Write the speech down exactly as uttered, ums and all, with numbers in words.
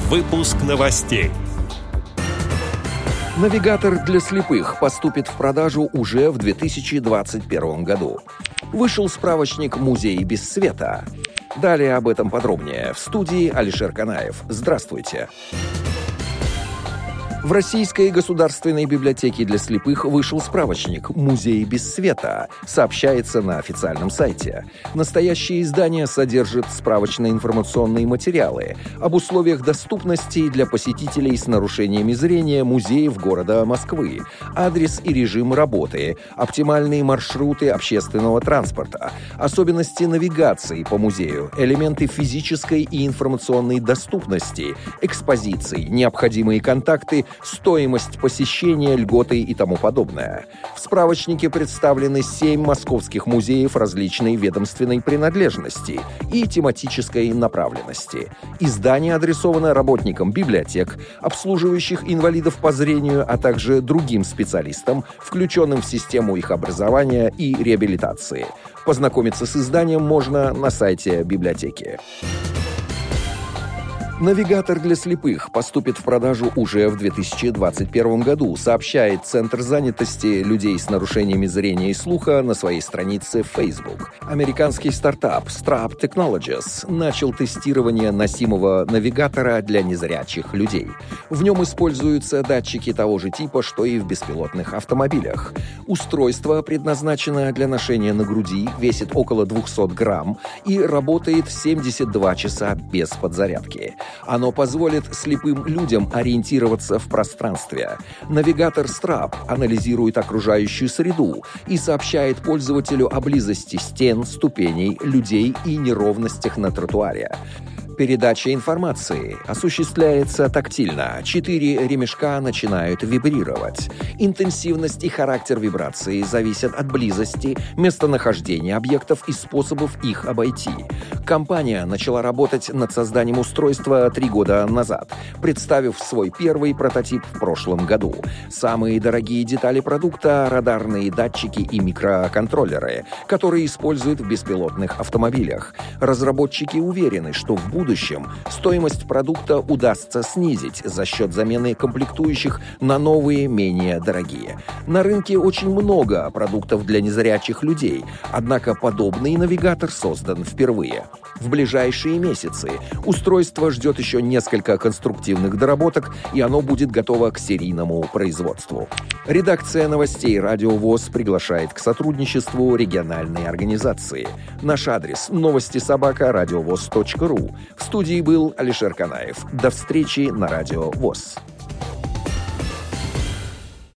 Выпуск новостей. Навигатор для слепых поступит в продажу уже в две тысячи двадцать первом году. Вышел справочник «Музей без света». Далее об этом подробнее. В студии Алишер Канаев. Здравствуйте. В Российской государственной библиотеке для слепых вышел справочник «Музей без света», сообщается на официальном сайте. Настоящее издание содержит справочно-информационные материалы об условиях доступности для посетителей с нарушениями зрения музеев города Москвы, адрес и режим работы, оптимальные маршруты общественного транспорта, особенности навигации по музею, элементы физической и информационной доступности, экспозиции, необходимые контакты, стоимость посещения, льготы и тому подобное. В справочнике представлены семь московских музеев различной ведомственной принадлежности и тематической направленности. Издание адресовано работникам библиотек, обслуживающих инвалидов по зрению, а также другим специалистам, включенным в систему их образования и реабилитации. Познакомиться с изданием можно на сайте библиотеки. Навигатор для слепых поступит в продажу уже в две тысячи двадцать первом году, сообщает Центр занятости людей с нарушениями зрения и слуха на своей странице в Facebook. Американский стартап Strap Technologies начал тестирование носимого навигатора для незрячих людей. В нем используются датчики того же типа, что и в беспилотных автомобилях. Устройство предназначено для ношения на груди, весит около двухсот грамм и работает семьдесят два часа без подзарядки. Оно позволит слепым людям ориентироваться в пространстве. Навигатор Strap анализирует окружающую среду и сообщает пользователю о близости стен, ступеней, людей и неровностях на тротуаре. Передача информации осуществляется тактильно. Четыре ремешка начинают вибрировать. Интенсивность и характер вибрации зависят от близости, местонахождения объектов и способов их обойти. Компания начала работать над созданием устройства три года назад, представив свой первый прототип в прошлом году. Самые дорогие детали продукта – радарные датчики и микроконтроллеры, которые используют в беспилотных автомобилях. Разработчики уверены, что в будущем В будущем стоимость продукта удастся снизить за счет замены комплектующих на новые, менее дорогие. На рынке очень много продуктов для незрячих людей, однако подобный навигатор создан впервые. В ближайшие месяцы устройство ждет еще несколько конструктивных доработок, и оно будет готово к серийному производству. Редакция новостей «Радио ВОС» приглашает к сотрудничеству региональной организации. Наш адрес – новости собака радиовос точка ру. В студии был Алишер Канаев. До встречи на Радио ВОС.